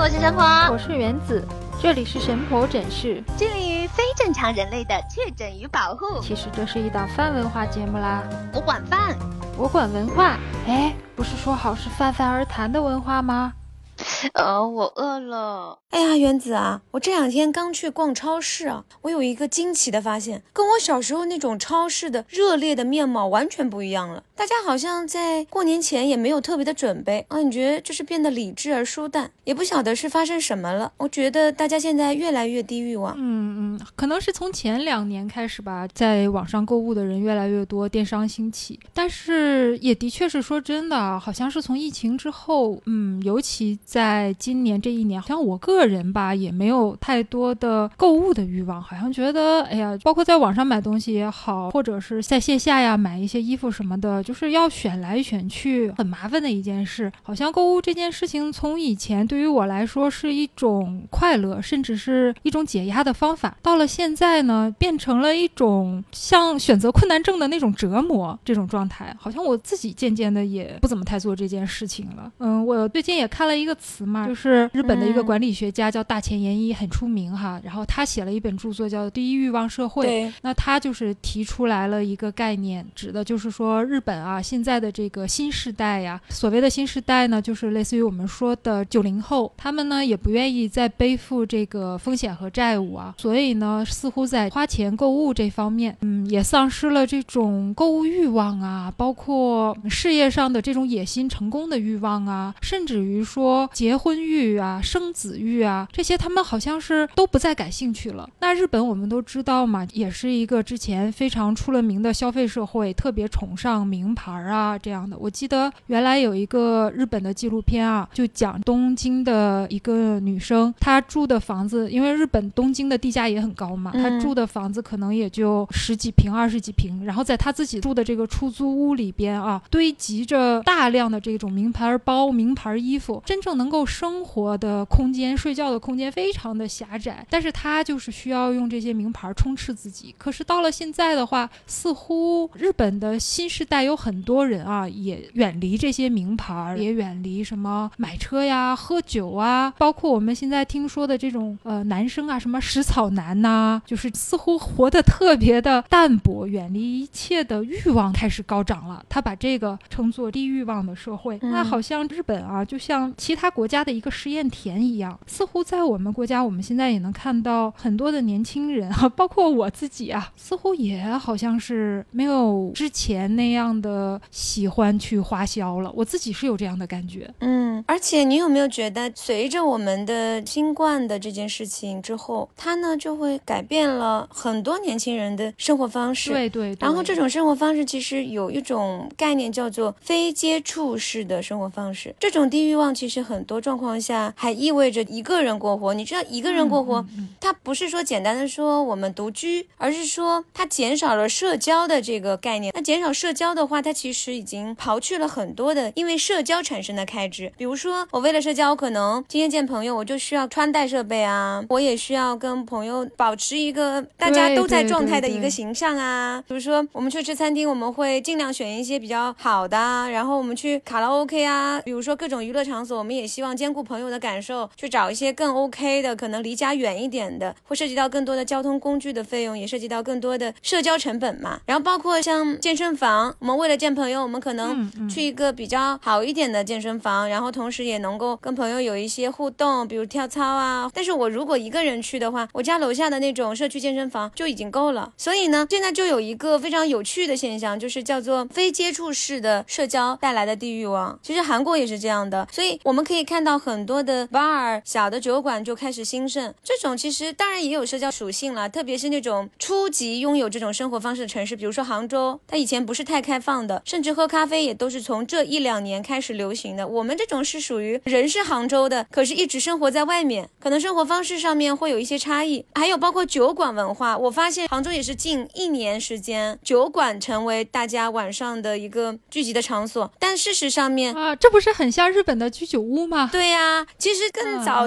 我是神婆， 我是原子，这里是神婆诊室， 致力于非正常人类的确诊与保护。 其实这是一档泛文化节目啦。 我管饭， 我管文化。哎，不是说好是泛泛而谈的文化吗？ 我饿了。 哎呀，原子啊，我这2天刚去逛超市啊，我有一个惊奇的发现，跟我小时候那种超市的热烈的面貌完全不一样了。大家好像在过年前也没有特别的准备啊，你觉得就是变得理智而疏淡，也不晓得是发生什么了。我觉得大家现在越来越低欲望。 可能是从前2年开始吧，在网上购物的人越来越多，电商兴起。但是也的确是说真的，好像是从疫情之后，尤其在今年这1年，好像我个人吧也没有太多的购物的欲望，好像觉得哎呀，包括在网上买东西也好，或者是在线下呀买一些衣服什么的，就是要选来选去很麻烦的一件事。好像购物这件事情从以前对于我来说是一种快乐，甚至是一种解压的方法，到了现在呢变成了一种像选择困难症的那种折磨，这种状态好像我自己渐渐的也不怎么太做这件事情了。我最近也看了一个词嘛，就是日本的一个管理学家叫大前研一，很出名哈，然后他写了一本著作叫《第一欲望社会》。那他就是提出来了一个概念，指的就是说日本啊现在的这个新世代呀，所谓的新世代呢，就是类似于我们说的90后，他们呢也不愿意再背负这个风险和债务啊，所以呢似乎在花钱购物这方面也丧失了这种购物欲望啊，包括事业上的这种野心成功的欲望啊，甚至于说结婚欲啊生子欲啊，这些他们好像是都不再感兴趣了。那日本我们都知道嘛，也是一个之前非常出了名的消费社会，特别崇尚名牌啊这样的。我记得原来有一个日本的纪录片啊，就讲东京的一个女生，她住的房子，因为日本东京的地价也很高嘛，她住的房子可能也就10几平20几平，然后在她自己住的这个出租屋里边啊，堆积着大量的这种名牌包名牌衣服，真正能够生活的空间睡觉的空间非常的狭窄，但是她就是需要用这些名牌充斥自己。可是到了现在的话，似乎日本的新世代有很多人啊也远离这些名牌，也远离什么买车呀喝酒啊，包括我们现在听说的这种男生啊，什么食草男呐，就是似乎活得特别的淡薄，远离一切的欲望开始高涨了。他把这个称作低欲望的社会。那好像日本啊就像其他国家的一个实验田一样，似乎在我们国家我们现在也能看到很多的年轻人啊，包括我自己啊，似乎也好像是没有之前那样的喜欢去花销了。我自己是有这样的感觉。 而且你有没有觉得随着我们的新冠的这件事情之后，它呢就会改变了很多年轻人的生活方式。 对。 然后这种生活方式其实有一种概念叫做非接触式的生活方式。这种低欲望其实很多状况下还意味着一个人过活。你知道一个人过活，它不是说简单的说我们独居，而是说它减少了社交的这个概念。那减少社交的话，它其实已经刨去了很多的因为社交产生的开支。比如说我为了社交，可能今天见朋友我就需要穿戴设备啊，我也需要跟朋友保持一个大家都在状态的一个形象啊。比如说我们去吃餐厅，我们会尽量选一些比较好的啊，然后我们去卡拉 OK 啊，比如说各种娱乐场所，我们也希望兼顾朋友的感受，去找一些更 OK 的，可能离家远一点的，会涉及到更多的交通工具的费用，也涉及到更多的社交成本嘛。然后包括像健身房，我们为了见朋友，我们可能去一个比较好一点的健身房，然后同时也能够跟朋友有一些互动，比如跳操啊。但是我如果一个人去的话，我家楼下的那种社区健身房就已经够了。所以呢，现在就有一个非常有趣的现象，就是叫做非接触式的社交带来的低欲望。其实韩国也是这样的，所以我们可以看到很多的 bar 小的酒馆就开始兴盛。这种其实当然也有社交属性了，特别是那种初级拥有这种生活方式的城市，比如说杭州，它以前不是太开放的，甚至喝咖啡也都是从这1-2年开始流行的。我们这种是属于人是杭州的，可是一直生活在外面，可能生活方式上面会有一些差异。还有包括酒馆文化，我发现杭州也是近1年时间，酒馆成为大家晚上的一个聚集的场所。但事实上面这不是很像日本的居酒屋吗？ 对呀，其实更早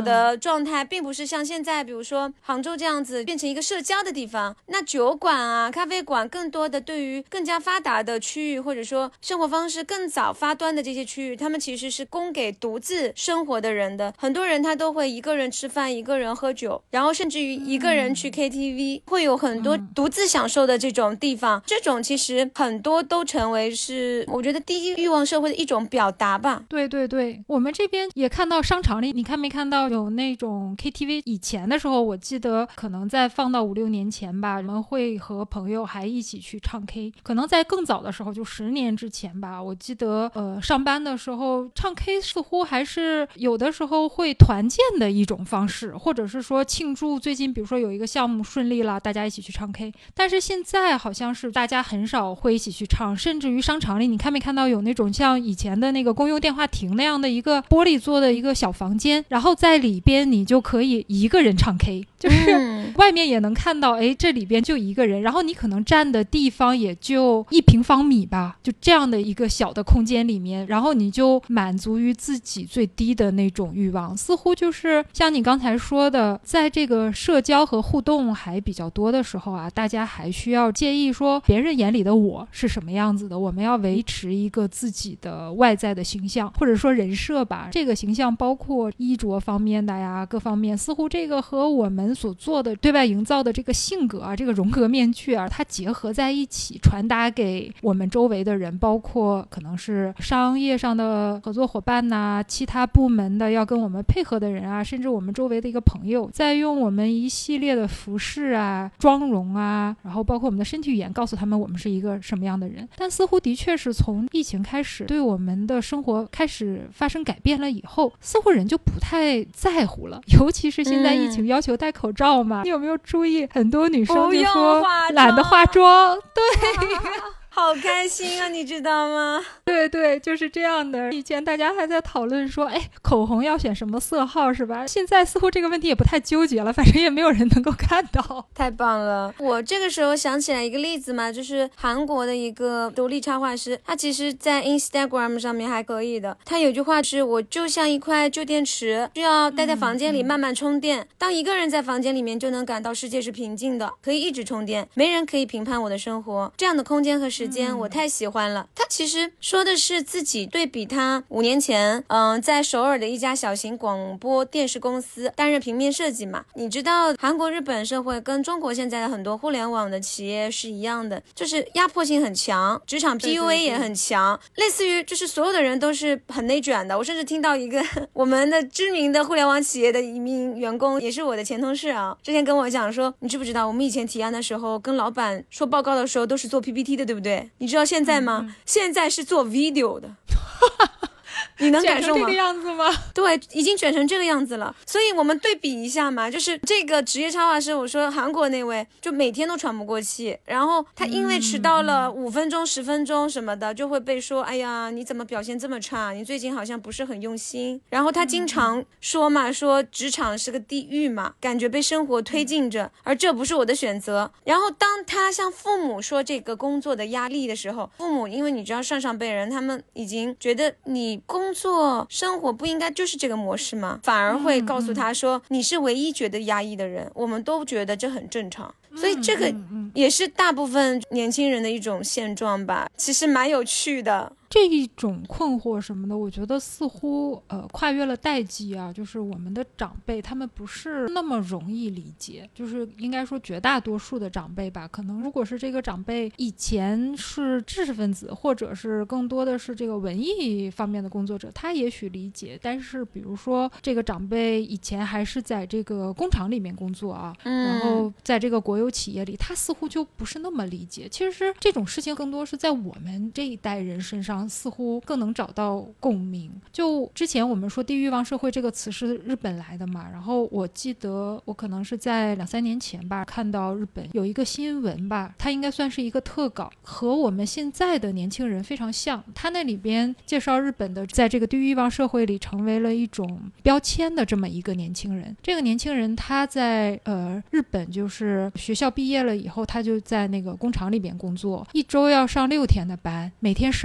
的状态并不是像现在比如说杭州这样子变成一个社交的地方，那酒馆啊咖啡馆更多的对于更加发达的区域，或者说生活方式更早发端的这些区域，他们其实是供给独自生活的人的。很多人他都会一个人吃饭，一个人喝酒，然后甚至于一个人去 KTV，会有很多独自享受的这种地方，这种其实很多都成为是我觉得低欲望社会的一种表达吧。 对对对，我们这边也看到商场里，你看没看到有那种 KTV？ 以前的时候我记得可能在放到5-6年前吧，我们会和朋友还一起去唱 K， 可能在更早的时候就10年之前吧，我记得上班的时候唱 K 似乎还是有的时候会团建的一种方式，或者是说庆祝最近比如说有一个项目顺利了，大家一起去唱 K。 但是现在好像是大家很少会一起去唱，甚至于商场里你看没看到有那种像以前的那个公用电话亭那样的一个玻璃做的一个小房间，然后在里边你就可以一个人唱 K， 就是外面也能看到这里边就一个人，然后你可能站的地方也就1平方米吧，就这样的一个小的空间里面，然后你就满足于自己最低的那种欲望。似乎就是像你刚才说的，在这个社交和互动还比较多的时候啊，大家还需要介意说别人眼里的我是什么样子的，我们要维持一个自己的外在的形象，或者说人设吧。这个形象包括衣着方面的呀，各方面，似乎这个和我们所做的对外营造的这个性格啊，这个荣格面具啊，它结合在一起，传达给我们周围的人，包括可能是商业上的合作伙伴呐，其他部门的要跟我们配合的人啊，甚至我们周围的一个朋友，在用我们一系列的服饰啊、妆容啊，然后包括我们的身体语言，告诉他们我们是一个什么样的人。但似乎的确是从疫情开始，对我们的生活开始发生改变了以后，似乎人就不太在乎了。尤其是现在疫情要求戴口罩嘛，你有没有注意很多女生就说懒得化妆？对好开心啊，你知道吗？ 对对，就是这样的。以前大家还在讨论说口红要选什么色号是吧，现在似乎这个问题也不太纠结了，反正也没有人能够看到。 太棒了。我这个时候想起来一个例子嘛，就是韩国的一个独立插画师，他其实在 Instagram 上面还可以的。他有句话是，我就像一块旧电池，需要待在房间里慢慢充电，当一个人在房间里面就能感到世界是平静的，可以一直充电，没人可以评判我的生活。这样的空间和时间我太喜欢了。他其实说的是自己对比他5年前在首尔的一家小型广播电视公司担任平面设计嘛。你知道韩国日本社会跟中国现在的很多互联网的企业是一样的，就是压迫性很强，职场 PUA 也很强，类似于就是所有的人都是很内卷的。我甚至听到一个我们的知名的互联网企业的一名员工，也是我的前同事啊，之前跟我讲说，你知不知道我们以前提案的时候跟老板说报告的时候都是做 PPT 的，对不对？你知道现在吗？现在是做 video 的你能感受吗？ 这个样子吗？ 对，已经卷成这个样子了。所以我们对比一下嘛，就是这个职业插画师，我说韩国那位就每天都喘不过气，然后他因为迟到了5分钟10分钟什么的，就会被说，哎呀你怎么表现这么差，你最近好像不是很用心。然后他经常说嘛，说职场是个地狱嘛，感觉被生活推进着，而这不是我的选择。然后当他向父母说这个工作的压力的时候，父母因为你知道上辈人他们已经觉得你工作生活不应该就是这个模式吗？反而会告诉他说，你是唯一觉得压抑的人，我们都觉得这很正常。所以这个也是大部分年轻人的一种现状吧，其实蛮有趣的。 这一种困惑什么的，我觉得似乎跨越了代际啊，就是我们的长辈他们不是那么容易理解，就是应该说绝大多数的长辈吧，可能如果是这个长辈以前是知识分子，或者是更多的是这个文艺方面的工作者，他也许理解。但是比如说这个长辈以前还是在这个工厂里面工作啊，然后在这个国有企业里，他似乎就不是那么理解。其实这种事情更多是在我们这一代人身上似乎更能找到共鸣。就之前我们说地域欲望社会这个词是日本来的嘛，然后我记得我可能是在2-3年前吧，看到日本有一个新闻吧，它应该算是一个特稿，和我们现在的年轻人非常像。它那里边介绍日本的在这个地域欲望社会里成为了一种标签的这么一个年轻人。这个年轻人他在日本就是学校毕业了以后，他就在那个工厂里边工作，一周要上6天的班，每天12个小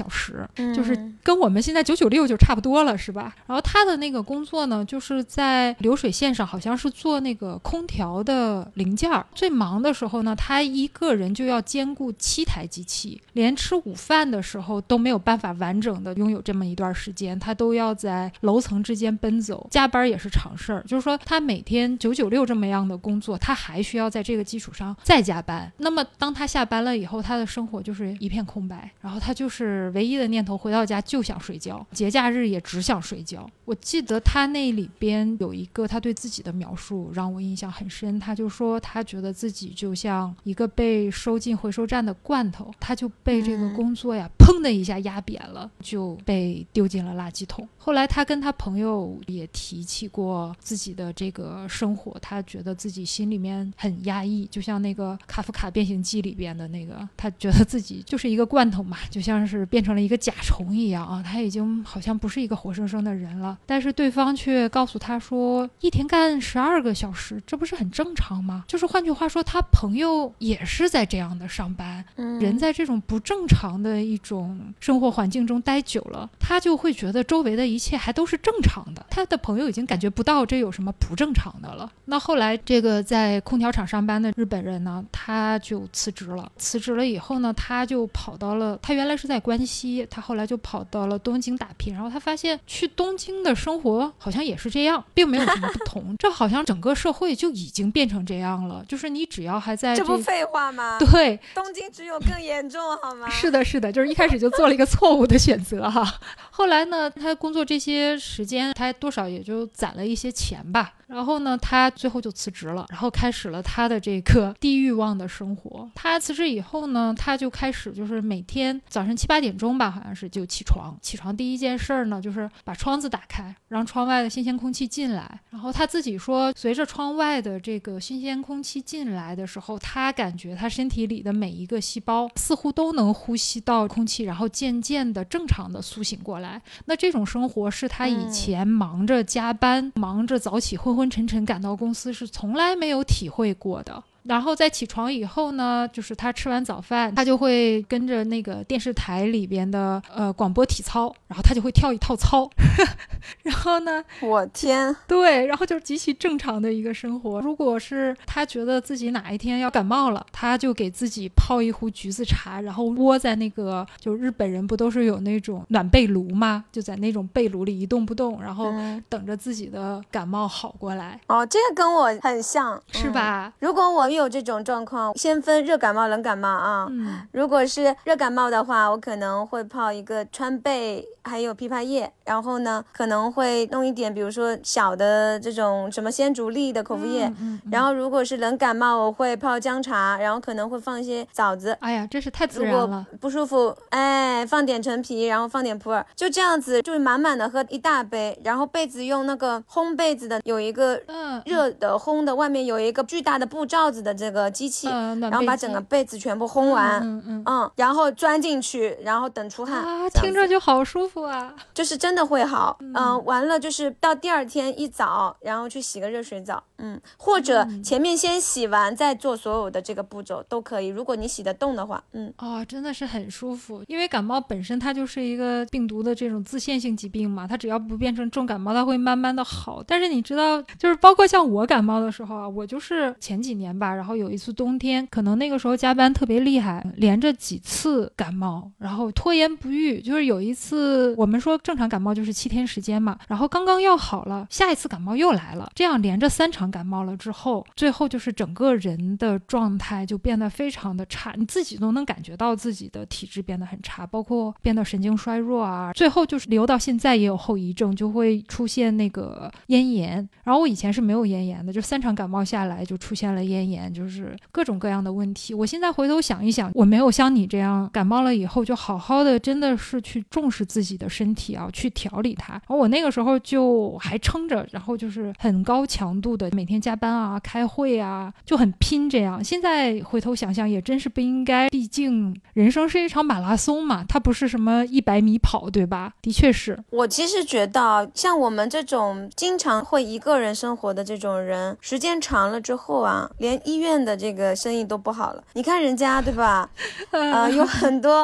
小时，就是跟我们现在996就差不多了，是吧？然后他的那个工作呢，就是在流水线上，好像是做那个空调的零件。最忙的时候呢，他一个人就要兼顾7台机器，连吃午饭的时候都没有办法完整的拥有这么一段时间，他都要在楼层之间奔走，加班也是常事儿。就是说他每天996这么样的工作，他还需要在这个基础上再加班。那么当他下班了以后，他的生活就是一片空白，然后他就是唯一的念头回到家就想睡觉，节假日也只想睡觉。我记得他那里边有一个他对自己的描述让我印象很深，他就说他觉得自己就像一个被收进回收站的罐头，他就被这个工作呀砰的一下压扁了，就被丢进了垃圾桶。后来他跟他朋友也提起过自己的这个生活，他觉得自己心里面很压抑，就像那个卡夫卡变形记里边的那个，他觉得自己就是一个罐头嘛，就像是变成了一个甲虫一样啊，他已经好像不是一个活生生的人了。但是对方却告诉他说，一天干12个小时，这不是很正常吗？就是换句话说，他朋友也是在这样的上班，人在这种不正常的一种生活环境中待久了，他就会觉得周围的一切还都是正常的，他的朋友已经感觉不到这有什么不正常的了。那后来这个在空调厂上班的日本人呢，他就辞职了。辞职了以后呢，他就跑到了，他原来是在关西，他后来就跑到了东京打拼，然后他发现去东京的生活好像也是这样，并没有什么不同这好像整个社会就已经变成这样了，就是你只要还在这不废话吗？ 对， 东京只有更严重好吗？ 是的是的，就是一开始就做了一个错误的选择哈。后来呢，他工作这些时间，他多少也就攒了一些钱吧，然后呢他最后就辞职了，然后开始了他的这个低欲望的生活。他辞职以后呢，他就开始就是每天早上7、8点钟吧，好像是就起床第一件事呢就是把窗子打开，让窗外的新鲜空气进来。然后他自己说，随着窗外的这个新鲜空气进来的时候，他感觉他身体里的每一个细胞似乎都能呼吸到空气，然后渐渐的正常的苏醒过来。那这种生活是他以前忙着加班，忙着早起昏昏沉沉赶到公司是从来没有体会过的。然后在起床以后呢，就是他吃完早饭，他就会跟着那个电视台里边的广播体操，然后他就会跳一套操然后呢， 我天， 对，然后就是极其正常的一个生活。如果是他觉得自己哪一天要感冒了，他就给自己泡一壶橘子茶，然后窝在那个，就日本人不都是有那种暖被炉吗，就在那种被炉里一动不动，然后等着自己的感冒好过来。 哦，这个跟我很像， 是吧？ 如果我有这种状况，先分热感冒冷感冒啊。如果是热感冒的话，我可能会泡一个川贝还有枇杷叶，然后呢可能会弄一点比如说小的这种什么鲜竹粒的口服液，然后如果是冷感冒我会泡姜茶，然后可能会放一些枣子。 哎呀，这是太自然了。 如果不舒服，放点陈皮，然后放点普洱，就这样子，就是满满的喝一大杯。然后被子用那个烘被子的，有一个热的烘的，外面有一个巨大的布罩子的这个机器，然后把整个被子全部烘完，然后钻进去，然后等出汗啊，听着就好舒服啊， 就是真的会好。完了就是到第二天一早，然后去洗个热水澡，或者前面先洗完再做所有的这个步骤都可以，如果你洗得动的话。 真的是很舒服。因为感冒本身它就是一个病毒的这种自限性疾病嘛，它只要不变成重感冒，它会慢慢的好。但是你知道，就是包括像我感冒的时候啊，我就是前几年吧，然后有一次冬天，可能那个时候加班特别厉害，连着几次感冒，然后拖延不愈。就是有一次我们说正常感冒就是7天时间嘛，然后刚刚要好了，下一次感冒又来了，这样连着3场感冒了之后，最后就是整个人的状态就变得非常的差，你自己都能感觉到自己的体质变得很差，包括变得神经衰弱啊，最后就是留到现在也有后遗症，就会出现那个咽炎。然后我以前是没有咽炎的，就3场感冒下来就出现了咽炎，就是各种各样的问题。我现在回头想一想，我没有像你这样感冒了以后就好好的真的是去重视自己的身体啊，去调理它。然后我那个时候就还撑着，然后就是很高强度的每天加班啊，开会啊，就很拼这样。现在回头想想也真是不应该，毕竟人生是一场马拉松嘛，它不是什么100米跑，对吧？的确是。 我其实觉得像我们这种经常会一个人生活的这种人，时间长了之后啊，连医院的这个生意都不好了。你看人家对吧有很多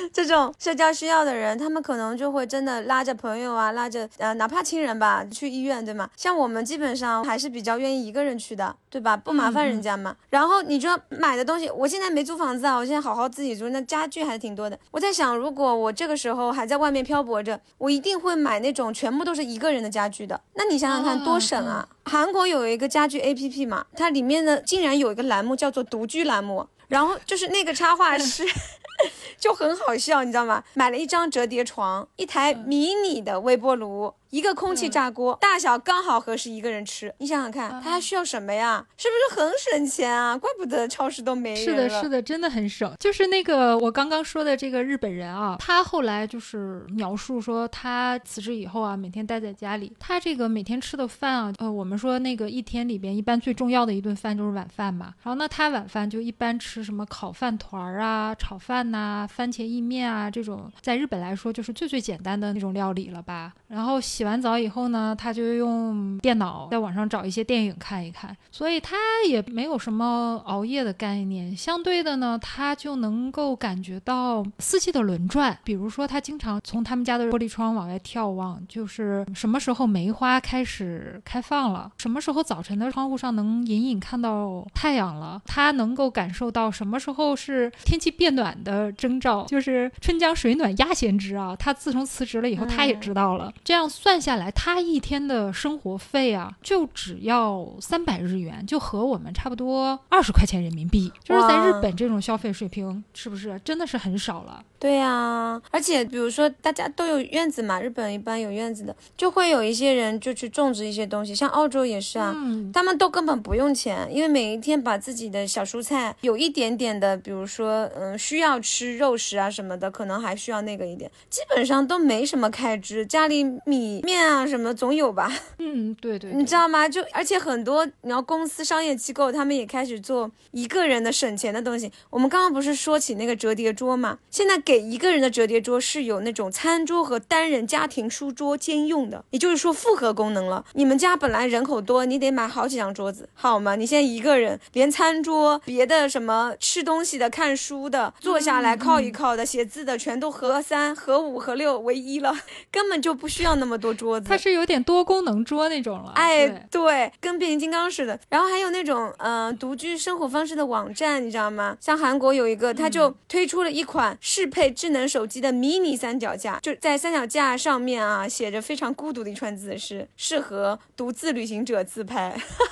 这种社交需要的人，他们可能就会真的拉着朋友啊，拉着哪怕亲人吧去医院，对吗？像我们基本上还是比较愿意一个人去的，对吧？不麻烦人家嘛。然后你说买的东西，我现在没租房子啊，我现在好好自己住，那家具还挺多的。我在想，如果我这个时候还在外面漂泊着，我一定会买那种全部都是一个人的家具的。那你想想看，多省啊！韩国有一个家具 APP 嘛，它里面呢竟然有一个栏目叫做独居栏目，然后就是那个插画师就很好笑，你知道吗？买了一张折叠床，一台迷你的微波炉，一个空气炸锅，大小刚好合适一个人吃。你想想看，他还需要什么呀？是不是很省钱啊？怪不得超市都没人了。 是的，是的，真的很省。就是那个我刚刚说的这个日本人啊，他后来就是描述说，他辞职以后啊，每天待在家里，他这个每天吃的饭啊，我们说那个一天里边一般最重要的一顿饭就是晚饭嘛。然后呢，他晚饭就一般吃什么烤饭团啊、炒饭呐、番茄意面啊这种，在日本来说就是最简单的那种料理了吧。然后洗完澡以后呢，他就用电脑在网上找一些电影看一看，所以他也没有什么熬夜的概念。相对的呢，他就能够感觉到四季的轮转。比如说他经常从他们家的玻璃窗往外眺望，就是什么时候梅花开始开放了，什么时候早晨的窗户上能隐隐看到太阳了，他能够感受到什么时候是天气变暖的征兆，就是春江水暖鸭先知啊。他自从辞职了以后，他也知道了。这样算下来，他一天的生活费啊，就只要300日元，就和我们差不多20块钱人民币。就是在日本这种消费水平，是不是真的是很少了？ 对啊，而且比如说大家都有院子嘛，日本一般有院子的，就会有一些人就去种植一些东西，像澳洲也是啊，他们都根本不用钱，因为每一天把自己的小蔬菜有一点点的，比如说需要吃肉食啊什么的，可能还需要那个一点，基本上都没什么开支，家里米面啊什么总有吧。 对， 你知道吗？就而且很多你要公司商业机构他们也开始做一个人的省钱的东西。我们刚刚不是说起那个折叠桌嘛，现在给一个人的折叠桌是有那种餐桌和单人家庭书桌兼用的，也就是说复合功能了。你们家本来人口多，你得买好几张桌子，好吗？你现在一个人连餐桌别的什么吃东西的看书的坐下来靠一靠的写字的全都合3合5合6为1了，根本就不需要那么多桌子。 它是有点多功能桌那种了。 哎，对，跟变形金刚似的。然后还有那种独居生活方式的网站，你知道吗？像韩国有一个，他就推出了一款适配智能手机的迷你三脚架，就在三脚架上面啊写着非常孤独的一串字，是适合独自旅行者自拍。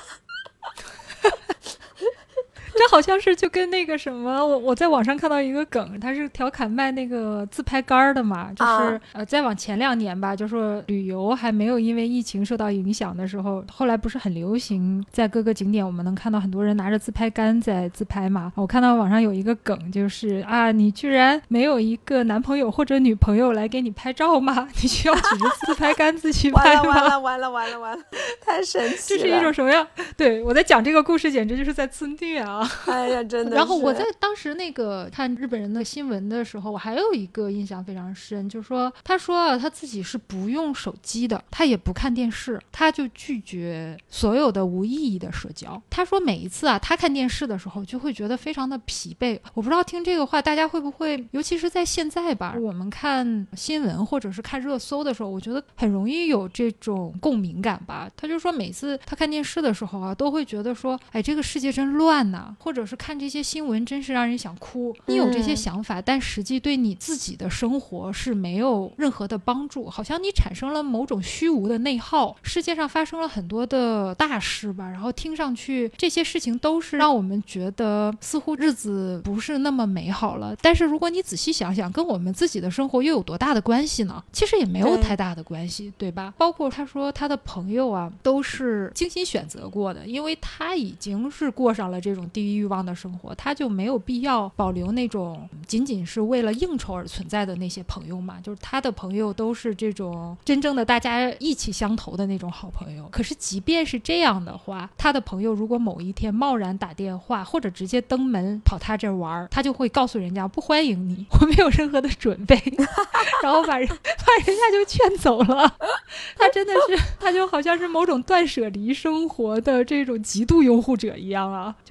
这好像是就跟那个什么，我在网上看到一个梗，他是调侃卖那个自拍杆的嘛，就是再往前2年吧，就说旅游还没有因为疫情受到影响的时候，后来不是很流行，在各个景点我们能看到很多人拿着自拍杆在自拍嘛。我看到网上有一个梗，就是啊，你居然没有一个男朋友或者女朋友来给你拍照吗？你需要举着自拍杆自己拍吗？ 完了，太神奇了！ 这是一种什么样？对，我在讲这个故事，简直就是在自虐啊！ 哎呀，真的是。 然后我在当时那个看日本人的新闻的时候，我还有一个印象非常深，就是说他说他自己是不用手机的，他也不看电视，他就拒绝所有的无意义的社交。他说每一次啊，他看电视的时候就会觉得非常的疲惫。我不知道听这个话大家会不会，尤其是在现在吧，我们看新闻或者是看热搜的时候，我觉得很容易有这种共鸣感吧。他就说每次他看电视的时候啊，都会觉得说，哎，这个世界真乱呐，或者是看这些新闻真是让人想哭。你有这些想法，但实际对你自己的生活是没有任何的帮助，好像你产生了某种虚无的内耗。世界上发生了很多的大事吧，然后听上去这些事情都是让我们觉得似乎日子不是那么美好了，但是如果你仔细想想，跟我们自己的生活又有多大的关系呢？其实也没有太大的关系， 对吧？包括他说他的朋友啊都是精心选择过的，因为他已经是过上了这种低欲望的生活，他就没有必要保留那种仅仅是为了应酬而存在的那些朋友嘛。就是他的朋友都是这种真正的大家意气相投的那种好朋友。可是即便是这样的话，他的朋友如果某一天贸然打电话或者直接登门跑他这玩，他就会告诉人家不欢迎你，我没有任何的准备然后把人家就劝走了。他真的是，他就好像是某种断舍离生活的这种极度拥护者一样啊，就是过着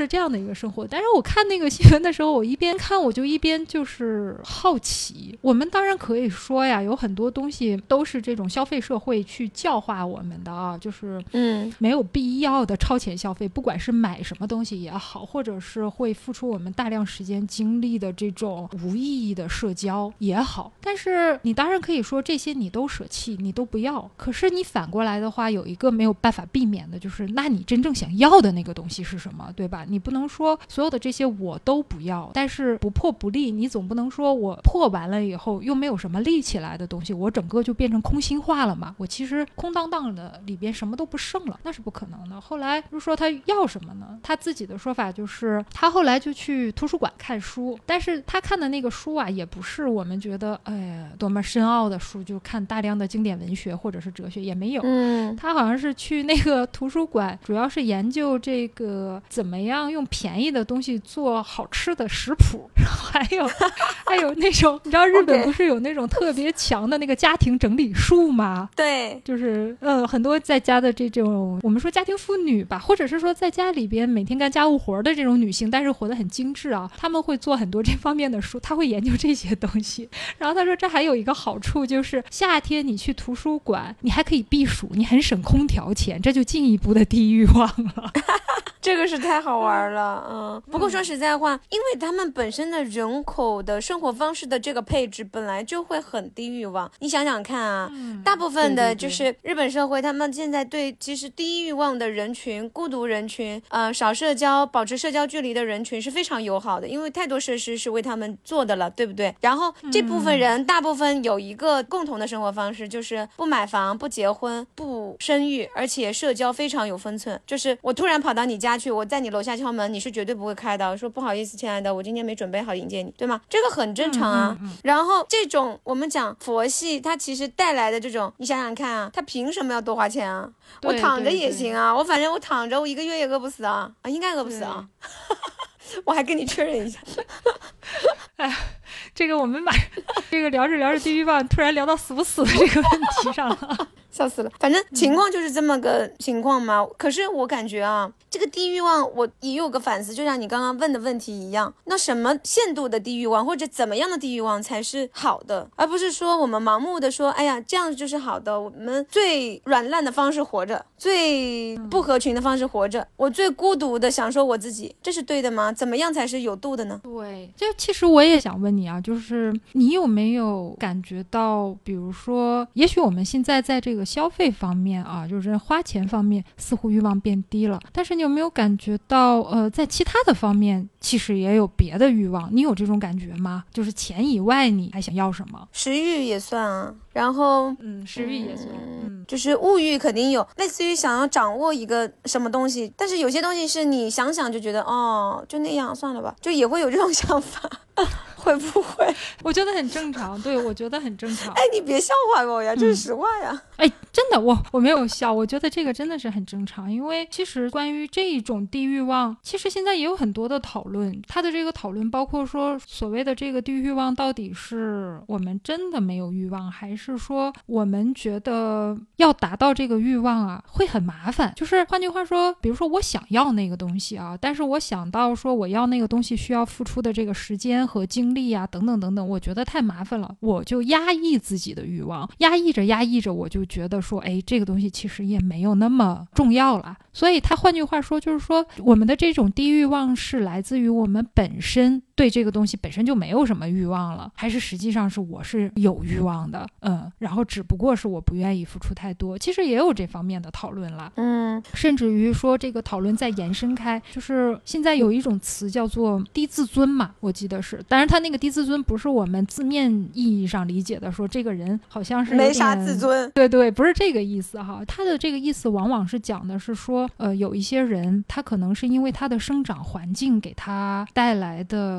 着这样的一个生活。但是我看那个新闻的时候，我一边看我就一边就是好奇。我们当然可以说呀，有很多东西都是这种消费社会去教化我们的啊，就是没有必要的超前消费，不管是买什么东西也好，或者是会付出我们大量时间精力的这种无意义的社交也好。但是你当然可以说这些你都舍弃，你都不要，可是你反过来的话，有一个没有办法避免的，就是那你真正想要的那个东西是什么，对吧？你不能说所有的这些我都不要，但是不破不立，你总不能说我破完了以后又没有什么立起来的东西，我整个就变成空心化了嘛，我其实空荡荡的里边什么都不剩了，那是不可能的。后来就说他要什么呢？他自己的说法就是他后来就去图书馆看书，但是他看的那个书啊，也不是我们觉得多么深奥的书，就看大量的经典文学或者是哲学也没有。他好像是去那个图书馆，主要是研究这个怎么样用便宜的东西做好吃的食谱，还有那种你知道日本不是有那种特别强的那个家庭整理术吗？ 对， 就是很多在家的这种我们说家庭妇女吧，或者是说在家里边每天干家务活的这种女性，但是活得很精致啊，他们会做很多这方面的书，他会研究这些东西。然后他说这还有一个好处，就是夏天你去图书馆你还可以避暑，你很省空调钱，这就进一步的低欲望了。 这个是太好玩了。不过说实在话，因为他们本身的人口的生活方式的这个配置本来就会很低欲望。你想想看啊，大部分的就是日本社会，他们现在对其实低欲望的人群、孤独人群、少社交、保持社交距离的人群是非常友好的，因为太多设施是为他们做的了，对不对？然后这部分人大部分有一个共同的生活方式，就是不买房、不结婚、不生育，而且社交非常有分寸。就是我突然跑到你家去，我在你楼下敲门，你是绝对不会开的，说不好意思亲爱的，我今天没准备好迎接你，对吗？这个很正常啊。然后这种我们讲佛系，它其实带来的这种，你想想看啊，它凭什么要多花钱啊？我躺着也行啊，我反正我躺着我一个月也饿不死啊，应该饿不死啊。我还跟你确认一下。 哎，这个我们这个聊着聊着地狱棒，突然聊到死不死的这个问题上了。 笑死了，反正情况就是这么个情况嘛。可是我感觉啊，这个低欲望我也有个反思，就像你刚刚问的问题一样，那什么限度的低欲望或者怎么样的低欲望才是好的，而不是说我们盲目的说哎呀这样就是好的，我们最软烂的方式活着，最不合群的方式活着，我最孤独的享受我自己，这是对的吗？怎么样才是有度的呢？ 对，就其实我也想问你啊，就是你有没有感觉到，比如说也许我们现在在这个消费方面啊，就是花钱方面似乎欲望变低了，但是你有没有感觉到在其他的方面其实也有别的欲望，你有这种感觉吗？就是钱以外你还想要什么？ 食欲也算啊，然后食欲也算， 就是物欲肯定有，类似于想要掌握一个什么东西，但是有些东西是你想想就觉得哦就那样算了吧，就也会有这种想法。会不会？ 我觉得很正常，对，我觉得很正常。 哎，你别笑话我呀，这是实话呀。 哎，真的，我没有笑，我觉得这个真的是很正常，因为其实关于这种低欲望，其实现在也有很多的讨论，它的这个讨论包括说所谓的这个低欲望到底是我们真的没有欲望，还是说我们觉得要达到这个欲望啊会很麻烦，就是换句话说，比如说我想要那个东西啊，但是我想到说我要那个东西需要付出的这个时间和精力啊等等等等，我觉得太麻烦了，我就压抑自己的欲望，压抑着我就觉得说哎，这个东西其实也没有那么重要了。所以他换句话说就是说我们的这种低欲望是来自于我们本身对这个东西本身就没有什么欲望了，还是实际上是我是有欲望的，然后只不过是我不愿意付出太多，其实也有这方面的讨论了，甚至于说这个讨论再延伸开，就是现在有一种词叫做低自尊嘛，我记得是，当然他那个低自尊不是我们字面意义上理解的说这个人好像是没啥自尊， 对，不是这个意思哈，他的这个意思往往是讲的是说有一些人他可能是因为他的生长环境给他带来的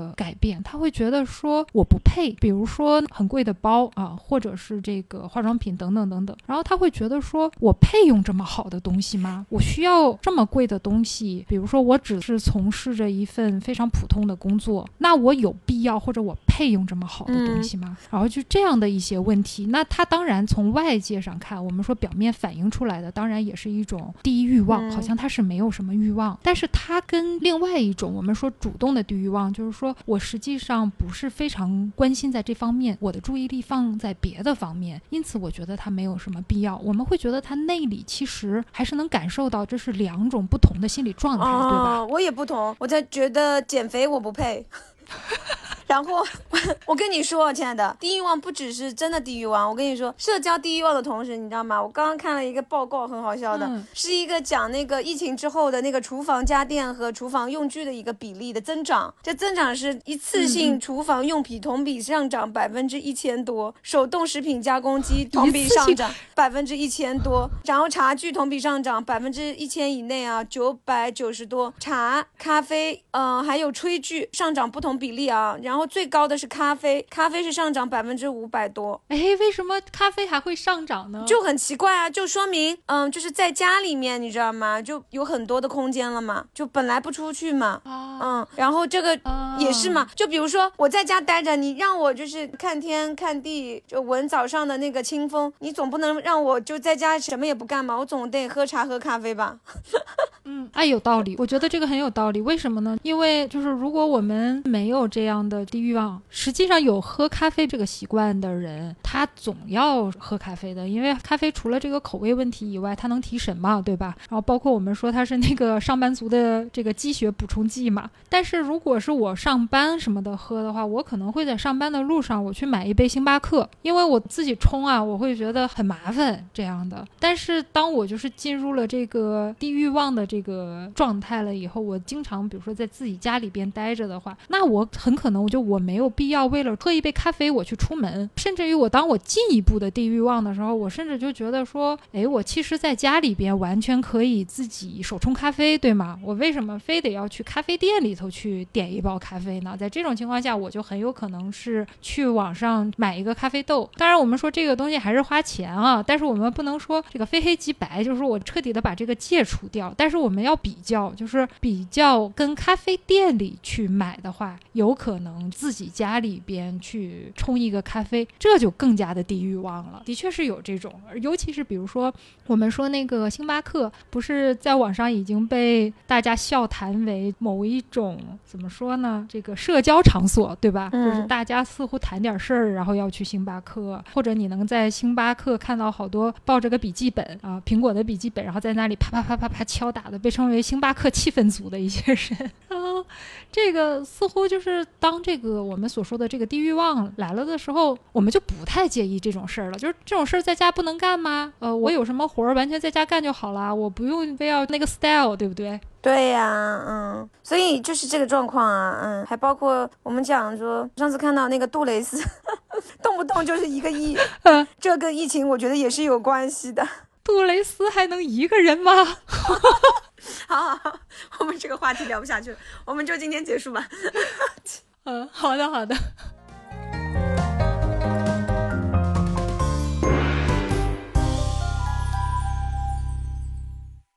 的改变，他会觉得说我不配，比如说很贵的包啊，或者是这个化妆品等等等等，然后他会觉得说我配用这么好的东西吗？我需要这么贵的东西？比如说我只是从事着一份非常普通的工作，那我有必要或者我配用这么好的东西吗？然后就这样的一些问题，那他当然从外界上看，我们说表面反映出来的当然也是一种低欲望，好像他是没有什么欲望，但是他跟另外一种我们说主动的低欲望，就是说我实际上不是非常关心在这方面，我的注意力放在别的方面，因此我觉得他没有什么必要。我们会觉得他内里其实还是能感受到这是两种不同的心理状态，对吧？ 我也不同，我才觉得减肥我不配。然后我跟你说，亲爱的，低欲望不只是真的低欲望，我跟你说，社交低欲望的同时，你知道吗？我刚刚看了一个报告，很好笑的，是一个讲那个疫情之后的那个厨房家电和厨房用具的一个比例的增长。这增长是一次性厨房用品同比上涨1000%多，手动食品加工机同比上涨1000%多，然后茶具同比上涨1000以内啊，990多，茶、咖啡，还有炊具上涨不同比例啊，然后最高的是咖啡是上涨500%多。 为什么咖啡还会上涨呢？ 就很奇怪啊，就说明就是在家里面你知道吗，就有很多的空间了嘛，就本来不出去嘛，然后这个也是嘛，就比如说我在家待着，你让我就是看天看地，就闻早上的那个清风，你总不能让我就在家什么也不干嘛，我总得喝茶喝咖啡吧。 有道理，我觉得这个很有道理。为什么呢？因为就是如果我们没有这样的低欲望，实际上有喝咖啡这个习惯的人，他总要喝咖啡的，因为咖啡除了这个口味问题以外，它能提神嘛，对吧？然后包括我们说它是那个上班族的这个积血补充剂嘛。但是如果是我上班什么的喝的话，我可能会在上班的路上我去买一杯星巴克，因为我自己冲啊，我会觉得很麻烦这样的。但是当我就是进入了这个低欲望的这个状态了以后，我经常比如说在自己家里边待着的话，那我很可能我没有必要为了喝一杯咖啡我去出门，甚至于当我进一步的低欲望的时候，我甚至就觉得说我其实在家里边完全可以自己手冲咖啡，对吗？我为什么非得要去咖啡店里头去点一包咖啡呢？在这种情况下，我就很有可能是去网上买一个咖啡豆。当然我们说这个东西还是花钱啊，但是我们不能说这个非黑即白，就是说我彻底的把这个戒除掉，但是我们要比较，就是比较跟咖啡店里去买的话，有可能自己家里边去冲一个咖啡，这就更加的低欲望了。的确是有这种，尤其是比如说我们说那个星巴克，不是在网上已经被大家笑谈为某一种怎么说呢，这个社交场所，对吧？就是大家似乎谈点事儿然后要去星巴克，或者你能在星巴克看到好多抱着个笔记本啊，苹果的笔记本，然后在那里啪啪啪啪啪敲打的，被称为星巴克气氛组的一些人这个似乎就是当这个我们所说的这个低欲望来了的时候，我们就不太介意这种事儿了。就是这种事儿在家不能干吗？我有什么活儿完全在家干就好了，我不用非要那个 style， 对不对？ 对呀，所以就是这个状况啊，还包括我们讲说，上次看到那个杜蕾斯动不动就是1个亿，这跟疫情我觉得也是有关系的。 杜蕾斯还能一个人吗？ 好，我们这个话题聊不下去了，我们就今天结束吧。 好的。